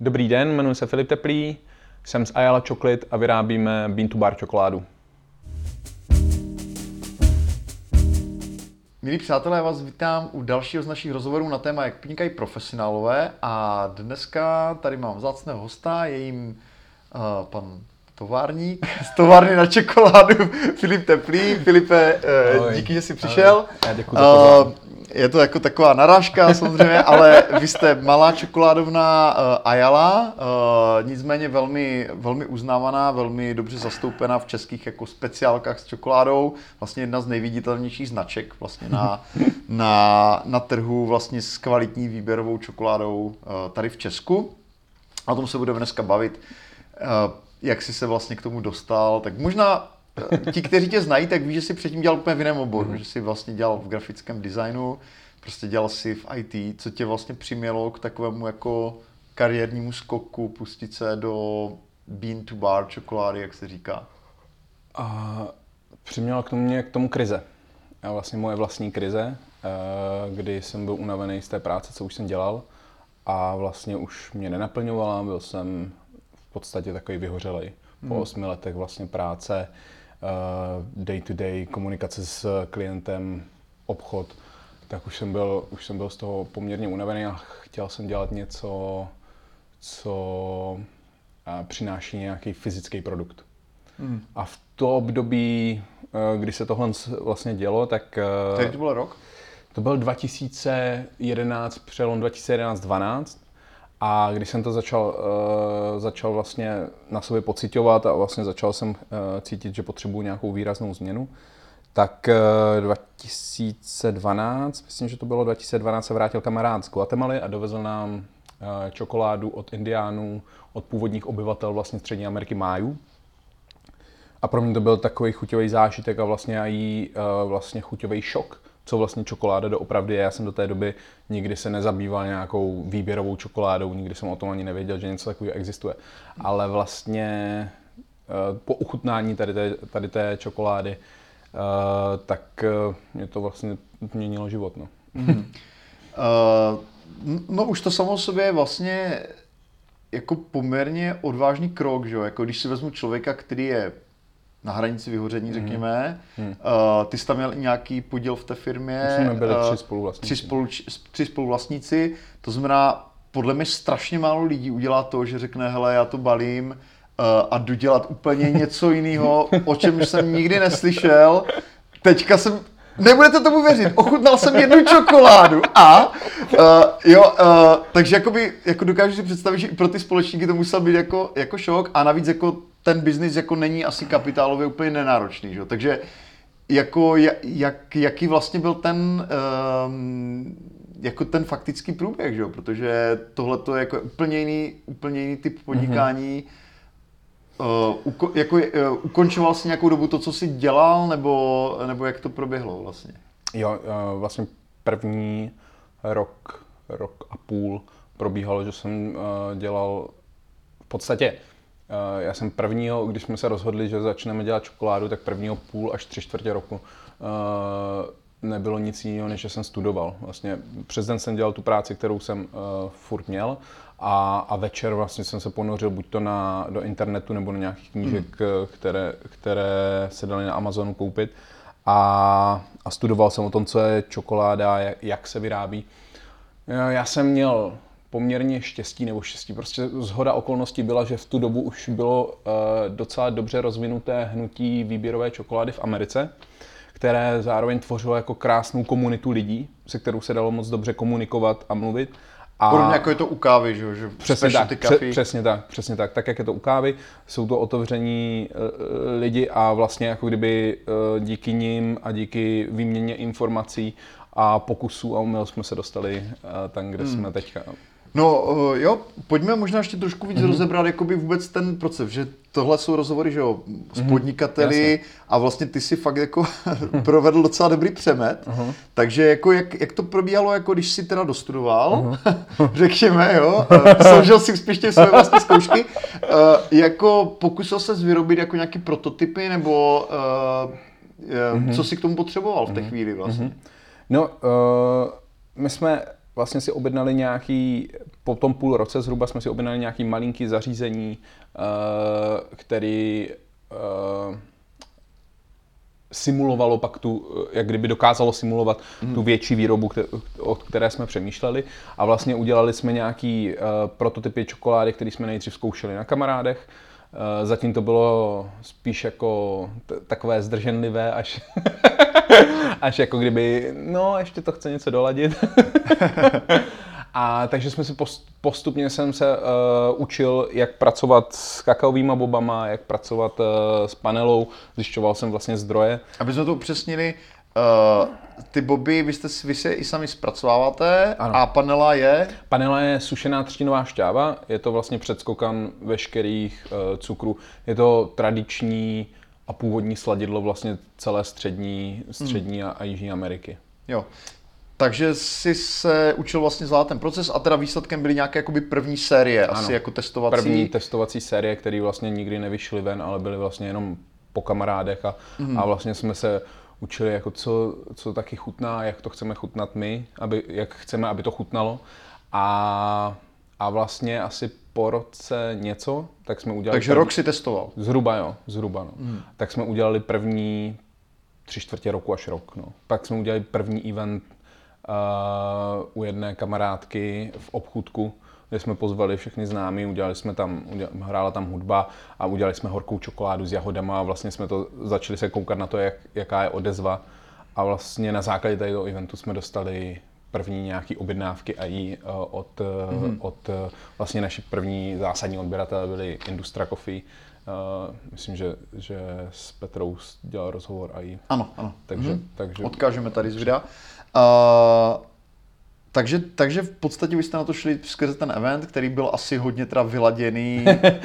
Dobrý den, jmenuji se Filip Teplý, jsem z Ayala Chocolate a vyrábíme Bean to Bar čokoládu. Milí přátelé, já vás vítám u dalšího z našich rozhovorů na téma, jak podnikají profesionálové, a dneska tady mám vzácného hosta, je jim pan továrník z továrny na čokoládu Filip Teplý. Filipe, díky, že jsi přišel. Já děkuji za pozvání. Je to jako taková narážka samozřejmě, ale vy jste malá čokoládovna Ayala, nicméně velmi, velmi uznávaná, velmi dobře zastoupená v českých jako speciálkách s čokoládou. Vlastně jedna z nejviditelnějších značek vlastně na trhu vlastně s kvalitní výběrovou čokoládou tady v Česku. A o tom se budeme dneska bavit. Jak jsi se vlastně k tomu dostal, tak možná ti, kteří tě znají, tak ví, že jsi předtím dělal úplně v jiném oboru, že jsi vlastně dělal v grafickém designu, prostě dělal si v IT, co tě vlastně přimělo k takovému jako kariérnímu skoku, pustit se do bean to bar čokolády, jak se říká? Přiměla k tomu krize. A vlastně moje vlastní krize, kdy jsem byl unavený z té práce, co už jsem dělal, a vlastně už mě nenaplňovala, byl jsem v podstatě takový vyhořelej. Po 8 letech vlastně práce, day to day, komunikace s klientem, obchod, tak už jsem byl z toho poměrně unavený a chtěl jsem dělat něco, co přináší nějaký fyzický produkt. A v to období, kdy se tohle vlastně dělo, tak... Který to byl rok? To byl 2011, přelom 2011-12. A když jsem to začal vlastně na sobě pociťovat a vlastně začal jsem cítit, že potřebuji nějakou výraznou změnu, tak 2012, myslím, že to bylo 2012, se vrátil kamarád z Guatemaly a dovezl nám čokoládu od Indiánů, od původních obyvatel vlastně Střední Ameriky Májů. A pro mě to byl takový chuťový zážitek a vlastně i vlastně chuťový šok, co vlastně čokoláda doopravdy je. Já jsem do té doby nikdy se nezabýval nějakou výběrovou čokoládou, nikdy jsem o tom ani nevěděl, že něco takového existuje. Ale vlastně po uchutnání tady té čokolády, tak mě to vlastně změnilo život. No. No už to samo o sobě je vlastně jako poměrně odvážný krok, že jo? Jako když si vezmu člověka, který je na hranici vyhoření, řekněme. Ty jsi tam měl nějaký podíl v té firmě. My jsme byli 3 spoluvlastníci. 3 spoluvlastníci. To znamená, podle mě strašně málo lidí udělá to, že řekne, hele, já to balím a jdu dělat úplně něco jiného, o čem jsem nikdy neslyšel. Teďka jsem, nebudete tomu věřit, ochutnal jsem jednu čokoládu a takže jako dokážu si představit, že i pro ty společníky to musel být jako šok, a navíc jako ten biznis jako není asi kapitálově úplně nenáročný, že? Takže jako jaký vlastně byl ten jako ten faktický průběh, že? Protože tohle je jako úplně jiný typ podnikání. Ukončoval jsi nějakou dobu to, co jsi dělal, nebo jak to proběhlo vlastně? Jo, vlastně první rok a půl probíhalo, že jsem dělal v podstatě. Já jsem prvního, když jsme se rozhodli, že začneme dělat čokoládu, tak prvního půl až 3/4 roku nebylo nic jiného, než že jsem studoval. Vlastně přes den jsem dělal tu práci, kterou jsem furt měl, a večer vlastně jsem se ponořil buď to do internetu nebo na nějakých knížek, které se daly na Amazonu koupit, a studoval jsem o tom, co je čokoláda, jak se vyrábí. Já jsem měl poměrně štěstí, prostě shoda okolností byla, že v tu dobu už bylo docela dobře rozvinuté hnutí výběrové čokolády v Americe, které zároveň tvořilo jako krásnou komunitu lidí, se kterou se dalo moc dobře komunikovat a mluvit. Podobně jako je to u kávy, že? Přesně tak. Tak jak je to u kávy, jsou to otevření lidi a vlastně jako kdyby díky nim a díky výměně informací a pokusů a omyl jsme se dostali tam, kde jsme teďka. No jo, pojďme možná ještě trošku víc rozebrat jakoby vůbec ten proces, že tohle jsou rozhovory, že jo, s podnikateli, a vlastně ty si fakt jako provedl docela dobrý přemet, takže jako jak to probíhalo, jako když jsi teda dostudoval, řekněme, jo, složil si úspěšně své vlastní zkoušky, jako pokusil ses vyrobit jako nějaký prototypy, nebo co jsi k tomu potřeboval v té chvíli vlastně? No, my jsme vlastně si objednali nějaký po tom půl roce zhruba jsme si objednali nějaký malinký zařízení, který simulovalo pak jak kdyby dokázalo simulovat tu větší výrobu, o které jsme přemýšleli. A vlastně udělali jsme nějaký prototypy čokolády, které jsme nejdřív zkoušeli na kamarádech. Zatím to bylo spíš jako takové zdrženlivé, až jako kdyby, no ještě to chce něco doladit. A takže jsme si postupně jsem se učil, jak pracovat s kakaovými bobama, jak pracovat s panelou, zjišťoval jsem vlastně zdroje. Aby jsme to upřesnili, ty boby, vy se i sami zpracováváte. Ano. A panela je? Panela je sušená třtinová šťáva, je to vlastně předskokan veškerých cukrů. Je to tradiční a původní sladidlo vlastně celé střední a Jižní Ameriky. Jo. Takže jsi se učil vlastně zvládat ten proces a teda výsledkem byly nějaké jakoby první série, ano, asi jako testovací. První testovací série, které vlastně nikdy nevyšly ven, ale byly vlastně jenom po kamarádech a vlastně jsme se učili, jako co taky chutná, jak to chceme chutnat my, jak chceme, aby to chutnalo. A vlastně asi po roce něco, tak jsme udělali... Takže rok si testoval? Zhruba. Tak jsme udělali první 3/4 roku až rok. No. Pak jsme udělali první event u jedné kamarádky v obchůdku, kde jsme pozvali všechny známí, hrála tam hudba a udělali jsme horkou čokoládu s jahodama a vlastně jsme to začali se koukat na to, jaká je odezva. A vlastně na základě toho eventu jsme dostali první nějaký objednávky AI od vlastně naši první zásadní odběratele byli Industra Coffee. Myslím, že s Petrou dělal rozhovor AI. Ano. Takže odkážeme tady z videa. Takže v podstatě vy jste na to šli skrze ten event, který byl asi hodně teda vyladěný,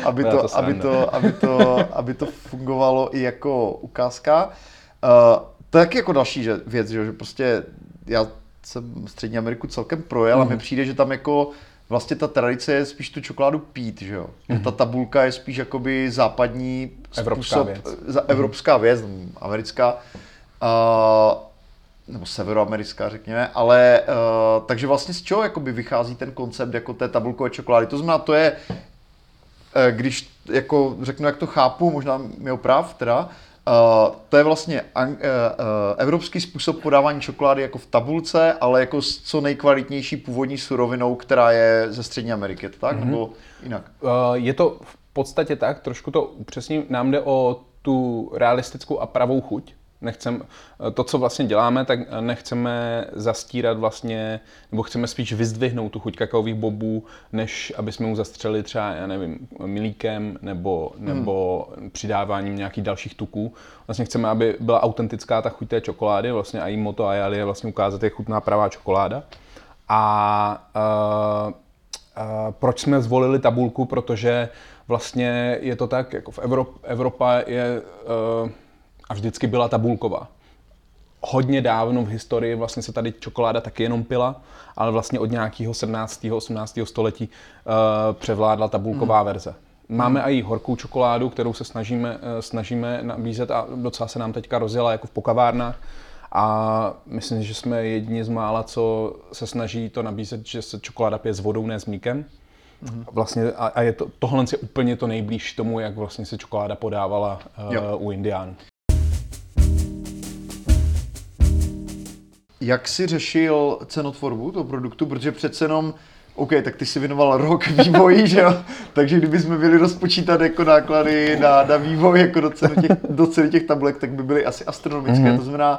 aby to fungovalo i jako ukázka. To je taky jako další věc, že prostě já jsem Střední Ameriku celkem projel a mi přijde, že tam jako vlastně ta tradice je spíš tu čokoládu pít, že jo. Ta tabulka je spíš jakoby západní způsob, evropská věc, americká. Nebo severoamerická, řekněme, ale takže vlastně z čeho jakoby vychází ten koncept jako té tabulkové čokolády? To znamená, to je, když jako řeknu, jak to chápu, možná mi oprav teda, to je vlastně evropský způsob podávání čokolády jako v tabulce, ale jako s co nejkvalitnější původní surovinou, která je ze Střední Ameriky, tak? Nebo jinak? Je to v podstatě tak, trošku to upřesním, nám jde o tu realistickou a pravou chuť. To, co vlastně děláme, tak nechceme zastírat vlastně, nebo chceme spíš vyzdvihnout tu chuť kakaových bobů, než aby jsme mu zastřelili třeba, já nevím, milíkem nebo přidáváním nějakých dalších tuků. Vlastně chceme, aby byla autentická ta chuť té čokolády, vlastně a její motto je vlastně ukázat, jak chutná pravá čokoláda. Proč jsme zvolili tabulku? Protože vlastně je to tak, jako v Evropa je... a vždycky byla tabulková. Hodně dávno v historii vlastně se tady čokoláda taky jenom pila, ale vlastně od nějakého 17. 18. století převládla tabulková verze. Máme i horkou čokoládu, kterou se snažíme nabízet a docela se nám teďka rozjela jako v pokavárnách. A myslím, že jsme jedni z mála, co se snaží to nabízet, že se čokoláda pije s vodou, ne s mlíkem. Vlastně, a tohle je úplně to nejblíž tomu, jak vlastně se čokoláda podávala u Indiánů. Jak jsi řešil cenotvorbu toho produktu, protože přece jenom, OK, tak ty jsi věnoval rok vývoji, že jo? Takže kdybychom měli rozpočítat jako náklady na vývoj jako do ceny těch tabulek, tak by byly asi astronomické. To znamená,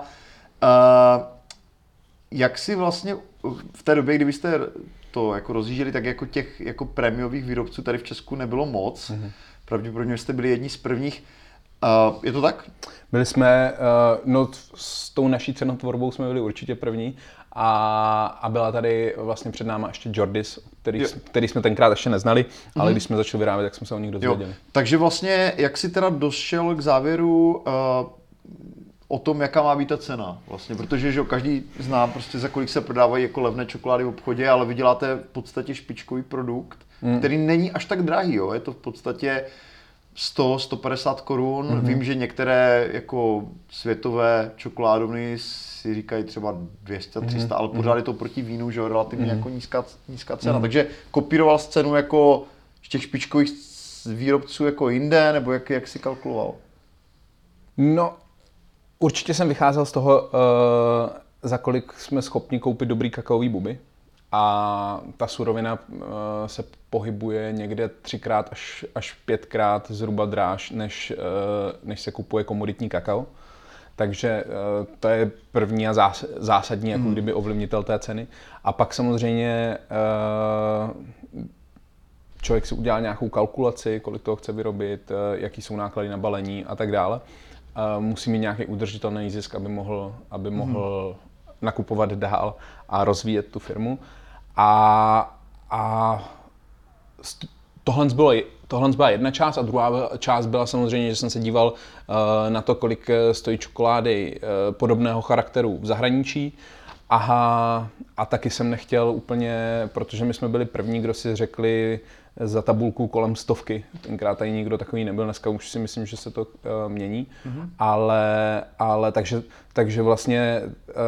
jak si vlastně v té době, kdybyste to jako rozjížděli, tak jako těch jako prémiových výrobců tady v Česku nebylo moc. Pravděpodobně jste byli jedni z prvních. Je to tak? Byli jsme, s tou naší cenotvorbou jsme byli určitě první a byla tady vlastně před náma ještě Jordis, který jsme tenkrát ještě neznali, ale když jsme začali vyrábět, tak jsme se o nich dozvěděli. Takže vlastně, jak jsi teda došel k závěru o tom, jaká má být ta cena? Vlastně, protože že každý zná prostě, za kolik se prodávají jako levné čokolády v obchodě, ale vy děláte v podstatě špičkový produkt, který není až tak drahý, jo? Je to v podstatě 100-150 korun. Vím, že některé jako světové čokoládovny si říkají třeba 200-300, ale pořád je to proti vínu, že jo, relativně jako nízká cena. Takže kopíroval cenu jako z těch špičkových výrobců jako jinde, nebo jak si kalkuloval? No, určitě jsem vycházel z toho, za kolik jsme schopni koupit dobrý kakaový buby. A ta surovina se pohybuje někde 3x až 5x zhruba dráž, než se kupuje komoditní kakao. Takže to je první a zásadní jako kdyby ovlivnitel té ceny. A pak samozřejmě člověk si udělá nějakou kalkulaci, kolik toho chce vyrobit, jaký jsou náklady na balení a tak dále. Musí mít nějaký udržitelný zisk, aby mohl nakupovat dál a rozvíjet tu firmu. A tohle byla jedna část a druhá část byla samozřejmě, že jsem se díval na to, kolik stojí čokolády podobného charakteru v zahraničí. A taky jsem nechtěl úplně, protože my jsme byli první, kdo si řekli za tabulku kolem 100. Tenkrát tady nikdo takový nebyl, dneska už si myslím, že se to mění. Ale takže vlastně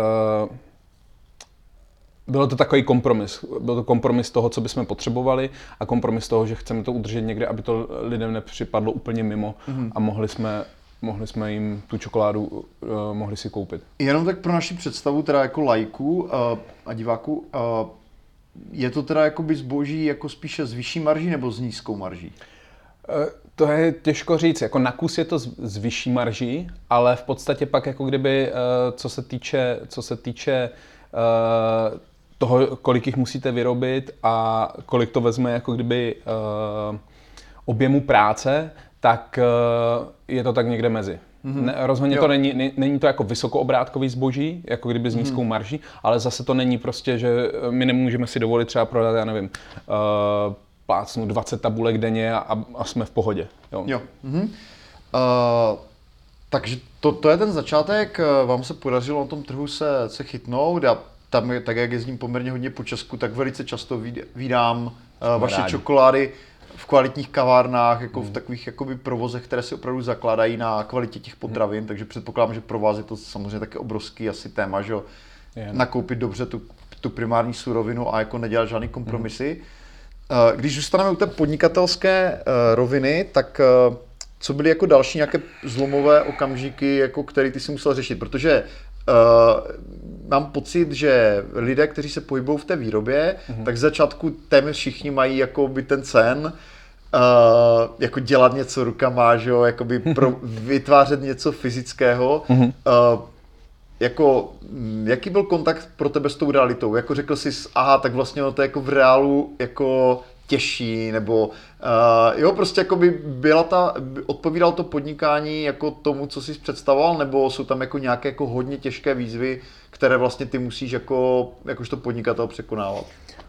byl to takový kompromis. Byl to kompromis toho, co bychom potřebovali a kompromis toho, že chceme to udržet někde, aby to lidem nepřipadlo úplně mimo a mohli jsme jim tu čokoládu mohli si koupit. Jenom tak pro naši představu, teda jako laiků a diváků, je to teda jakoby zboží jako spíše s vyšší marží nebo s nízkou marží? To je těžko říct, jako na kus je to s vyšší marží, ale v podstatě pak jako kdyby, co se týče toho, kolik jich musíte vyrobit a kolik to vezme jako kdyby objemu práce, tak je to tak někde mezi. Rozhodně to není to jako vysokoobrátkový zboží, jako kdyby s nízkou marží, ale zase to není prostě, že my nemůžeme si dovolit třeba prodat, já nevím, plácnu 20 tabulek denně a jsme v pohodě. Jo. Takže to je ten začátek, vám se podařilo na tom trhu se chytnout. Já tam, tak jak jezdím poměrně hodně po Česku, tak velice často vídám vaše čokolády v kvalitních kavárnách, jako v takových jakoby provozech, které se opravdu zakládají na kvalitě těch potravin, takže předpokládám, že pro vás je to samozřejmě taky obrovský asi téma, že nakoupit dobře tu primární surovinu a jako nedělat žádný kompromisy. Když zůstaneme u té podnikatelské roviny, tak co byly jako další nějaké zlomové okamžiky, jako které ty si musel řešit? Protože mám pocit, že lidé, kteří se pohybují v té výrobě, tak z začátku téměř všichni mají jakoby ten sen, jako dělat něco rukama, že jo, jakoby vytvářet něco fyzického. Jako, jaký byl kontakt pro tebe s tou realitou? Jako řekl jsi, aha, tak vlastně to je jako v reálu jako těžší, nebo jo, prostě jakoby odpovídalo to podnikání jako tomu, co jsi představoval, nebo jsou tam jako nějaké jako hodně těžké výzvy, které vlastně ty musíš jakožto podnikatel překonávat?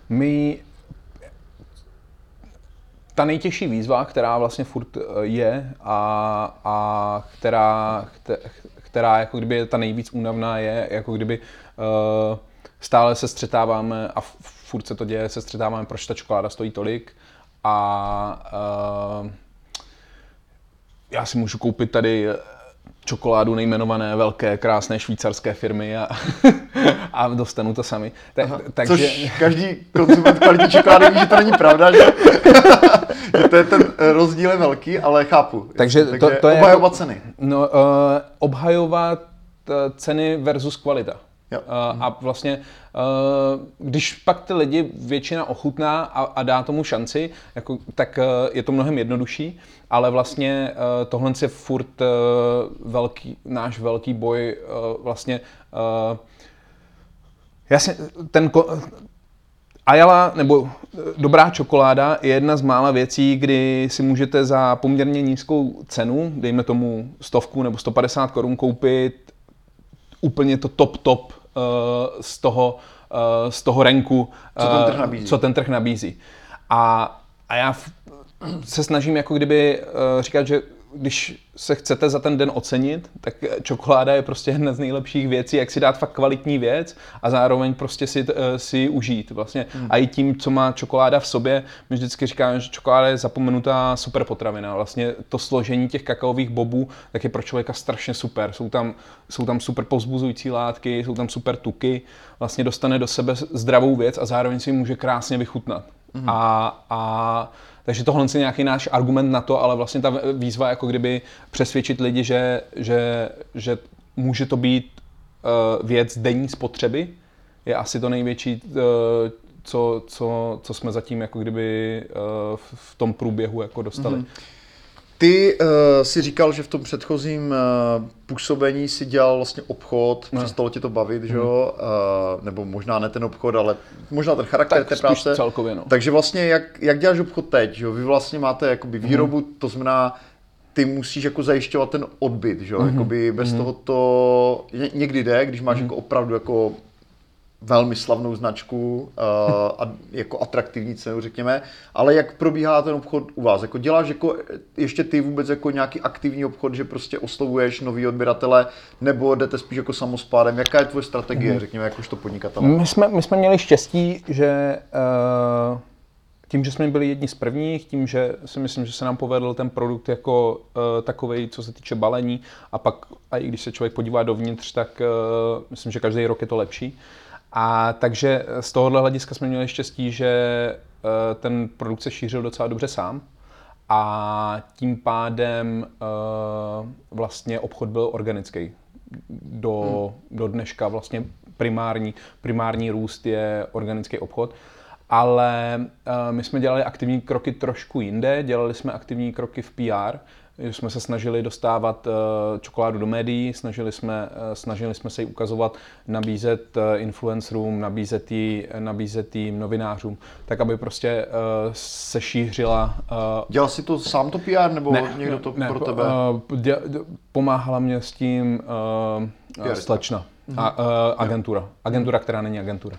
Ta nejtěžší výzva, která vlastně furt je a která jako kdyby je ta nejvíc únavná, je jako kdyby stále se střetáváme a furt se to děje, se střetáváme, proč ta čokoláda stojí tolik a já si můžu koupit tady čokoládu nejmenované velké, krásné švýcarské firmy a dostanu to sami. Takže... Což každý konzument kvalitní čokolády ví, že to není pravda, že? Že ten rozdíl je velký, ale chápu. Takže to je obhajovat ceny. No, obhajovat ceny versus kvalita. A vlastně, když pak ty lidi většina ochutná a dá tomu šanci, jako, tak je to mnohem jednodušší, ale vlastně tohle je furt náš velký boj. Vlastně, Ayala nebo dobrá čokoláda je jedna z mála věcí, kdy si můžete za poměrně nízkou cenu, dejme tomu 100 nebo 150 korun, koupit úplně to top z toho ranku, co ten trh nabízí. A já se snažím jako kdyby říkat, že když se chcete za ten den ocenit, tak čokoláda je prostě jedna z nejlepších věcí, jak si dát fakt kvalitní věc a zároveň prostě si ji užít vlastně. A i tím, co má čokoláda v sobě, my vždycky říkáme, že čokoláda je zapomenutá super potravina. Vlastně to složení těch kakaových bobů tak je pro člověka strašně super. Jsou tam super povzbuzující látky, jsou tam super tuky, vlastně dostane do sebe zdravou věc a zároveň si ji může krásně vychutnat. Takže tohle je nějaký náš argument na to, ale vlastně ta výzva jako kdyby přesvědčit lidi, že může to být věc denní spotřeby, je asi to největší, co jsme zatím jako kdyby v tom průběhu jako dostali. Ty si říkal, že v tom předchozím působení si dělal vlastně obchod, přestalo tě to bavit, že jo? Nebo možná ne ten obchod, ale možná ten charakter té práce. Celkově, no. Takže vlastně jak děláš obchod teď, že jo? Vy vlastně máte jakoby výrobu, to znamená, ty musíš jako zajišťovat ten odbyt, že jo? Jakoby bez toho to někdy jde, když máš jako opravdu jako velmi slavnou značku a jako atraktivní cenu, řekněme, ale jak probíhá ten obchod u vás? Jako děláš jako ještě ty vůbec jako nějaký aktivní obchod, že prostě oslovuješ nový odběratele, nebo jdete spíš jako samospádem? Jaká je tvoje strategie, řekněme, jakožto podnikatele? My jsme měli štěstí, že tím, že jsme byli jedni z prvních, tím, že si myslím, že se nám povedl ten produkt jako takovej, co se týče balení, a pak, a i když se člověk podívá dovnitř, tak myslím, že každý rok je to lepší. A takže z tohohle hlediska jsme měli štěstí, že ten produkt se šířil docela dobře sám a tím pádem vlastně obchod byl organický. Do dneška vlastně primární růst je organický obchod, ale my jsme dělali aktivní kroky trošku jinde, dělali jsme aktivní kroky v PR, že jsme se snažili dostávat čokoládu do médií, snažili jsme se ji ukazovat, nabízet influencerům, nabízet jí novinářům, tak aby prostě se šířila. Dělal jsi to sám to PR, nebo někdo to pro tebe? Pomáhala mě s tím slečna, agentura, která není agentura.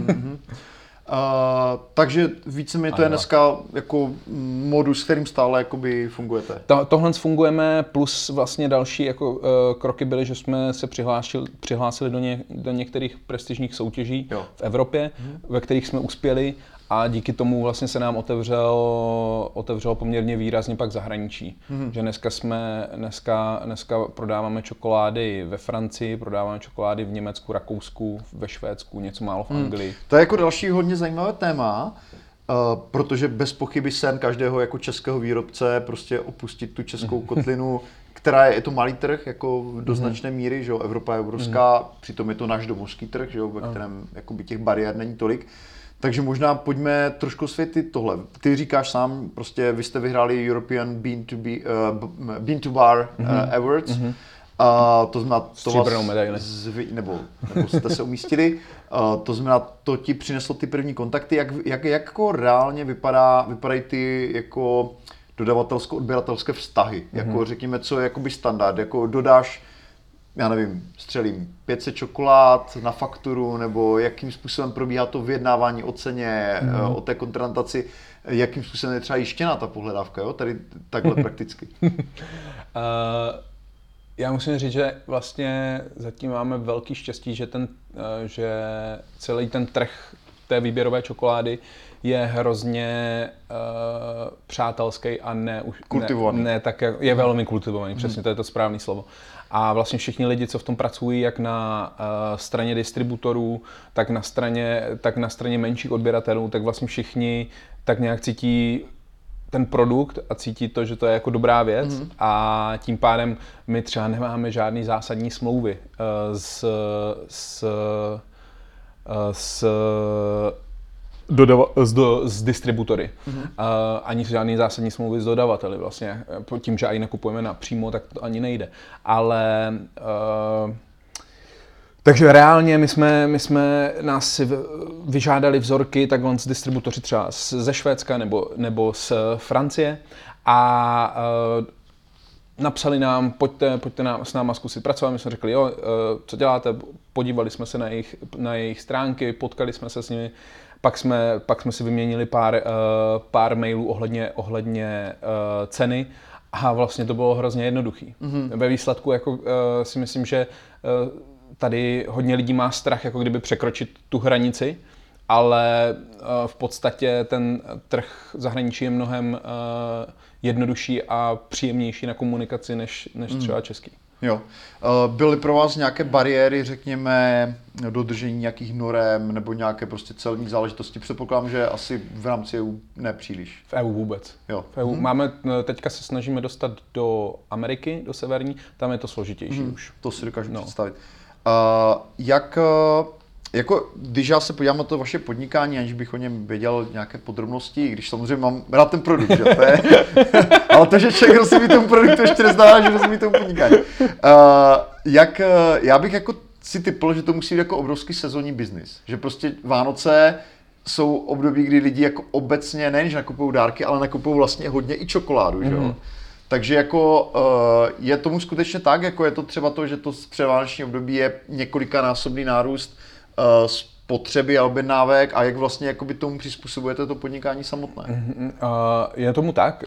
Takže víceméně to je dneska jako modus, s kterým stále jakoby fungujete. Tohle fungujeme, plus vlastně další jako kroky byly, že jsme se přihlásili do některých prestižních soutěží v Evropě, ve kterých jsme uspěli a díky tomu vlastně se nám otevřelo poměrně výrazně pak zahraničí. Že dneska prodáváme čokolády ve Francii, prodáváme čokolády v Německu, Rakousku, ve Švédsku, něco málo v Anglii. To je jako další hodně zajímavé téma, protože bez pochyby sen každého jako českého výrobce prostě opustit tu českou kotlinu, která je to malý trh jako do značné míry, že jo, Evropa je obrovská, přitom je to náš domovský trh, že jo, ve kterém jakoby těch bariér není tolik. Takže možná pojďme trošku osvětlit tohle. Ty říkáš sám, prostě vy jste vyhráli European Bean to Bar Awards. To znamená, to vás nebo jste se umístili. To znamená, to ti přineslo ty první kontakty. Jak jako reálně vypadají ty jako dodavatelsko-odběratelské vztahy? Jako řekněme, co je jakoby standard? Jako dodáš, já nevím, střelím 500 čokolád na fakturu, nebo jakým způsobem probíhá to vyjednávání o ceně, o té kontrantaci, jakým způsobem je třeba jištěná ta pohledávka, jo? Tady takhle prakticky. Já musím říct, že vlastně zatím máme velký štěstí, že celý ten trh té výběrové čokolády je hrozně přátelský a kultivovaný. Je velmi kultivovaný, přesně to je to správné slovo. A vlastně všichni lidi, co v tom pracují, jak na straně distributorů, tak na straně menších odběratelů, tak vlastně všichni tak nějak cítí ten produkt a cítí to, že to je jako dobrá věc a tím pádem my třeba nemáme žádný zásadní smlouvy s distributory. Ani žádný zásadní smlouvy s dodavateli vlastně. Tím, že i nakupujeme napřímo, tak to ani nejde. Ale takže reálně my jsme nás si vyžádali vzorky takhle z distributoři třeba ze Švédska nebo z Francie a napsali nám, pojďte s náma zkusit pracovat. My jsme řekli, jo, co děláte, podívali jsme se na jejich stránky, potkali jsme se s nimi, pak jsme si vyměnili pár mailů ohledně ceny A vlastně to bylo hrozně jednoduchý. Ve výsledku jako, si myslím, že tady hodně lidí má strach jako kdyby překročit tu hranici, ale v podstatě ten trh zahraničí je mnohem jednodušší a příjemnější na komunikaci než třeba český. Jo. Byly pro vás nějaké bariéry, řekněme, dodržení nějakých norem nebo nějaké prostě celní záležitosti? Předpokládám, že asi v rámci EU nepříliš. V EU vůbec. Jo. V EU teďka se snažíme dostat do Ameriky, do severní, tam je to složitější už. To si dokážu představit. Jako, když já se podívám na to vaše podnikání, aniž bych o něm věděl nějaké podrobnosti, když samozřejmě mám rád ten produkt, že? To je, ale to, že člověk rozumí tomu produktu, ještě neznamená, že rozumí tomu podnikání. Já bych jako si tipl, že to musí být jako obrovský sezónní biznis. Že prostě Vánoce jsou období, kdy lidi jako obecně nejenže nakupují dárky, ale nakupují vlastně hodně i čokoládu, že jo? Takže jako je tomu skutečně tak, jako je to třeba to, že to předvánoční období je několikanásobný nárůst spotřeby a objednávek a jak vlastně jakoby tomu přizpůsobujete to podnikání samotné? Je tomu tak.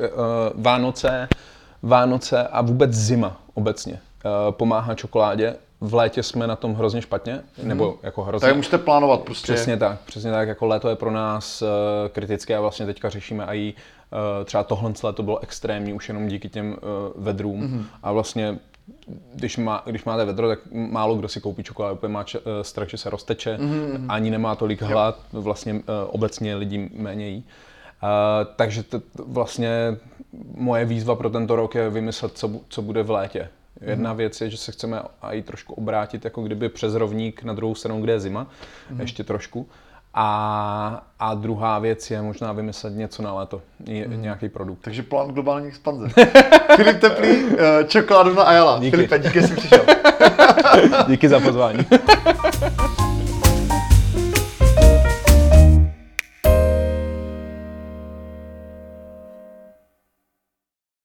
Vánoce a vůbec zima obecně pomáhá čokoládě. V létě jsme na tom hrozně špatně, nebo jako hrozně. Tak musíte plánovat prostě. Přesně tak, jako léto je pro nás kritické a vlastně teďka řešíme i třeba tohle léto bylo extrémní už jenom díky těm vedrům a vlastně když máte vedro, tak málo kdo si koupí čokoládu, úplně má strach, že se rozteče, ani nemá tolik hlad, vlastně obecně lidi méně jí. Takže vlastně moje výzva pro tento rok je vymyslet, co bude v létě. Jedna věc je, že se chceme i trošku obrátit jako kdyby přes rovník na druhou stranu, kde je zima, ještě trošku. A druhá věc je možná vymyslet něco na léto, nějaký produkt. Takže plán globální expanze. Filip Teplý, čokoládu na Ayala. Filipe, díky, že jsi přišel. Díky za pozvání.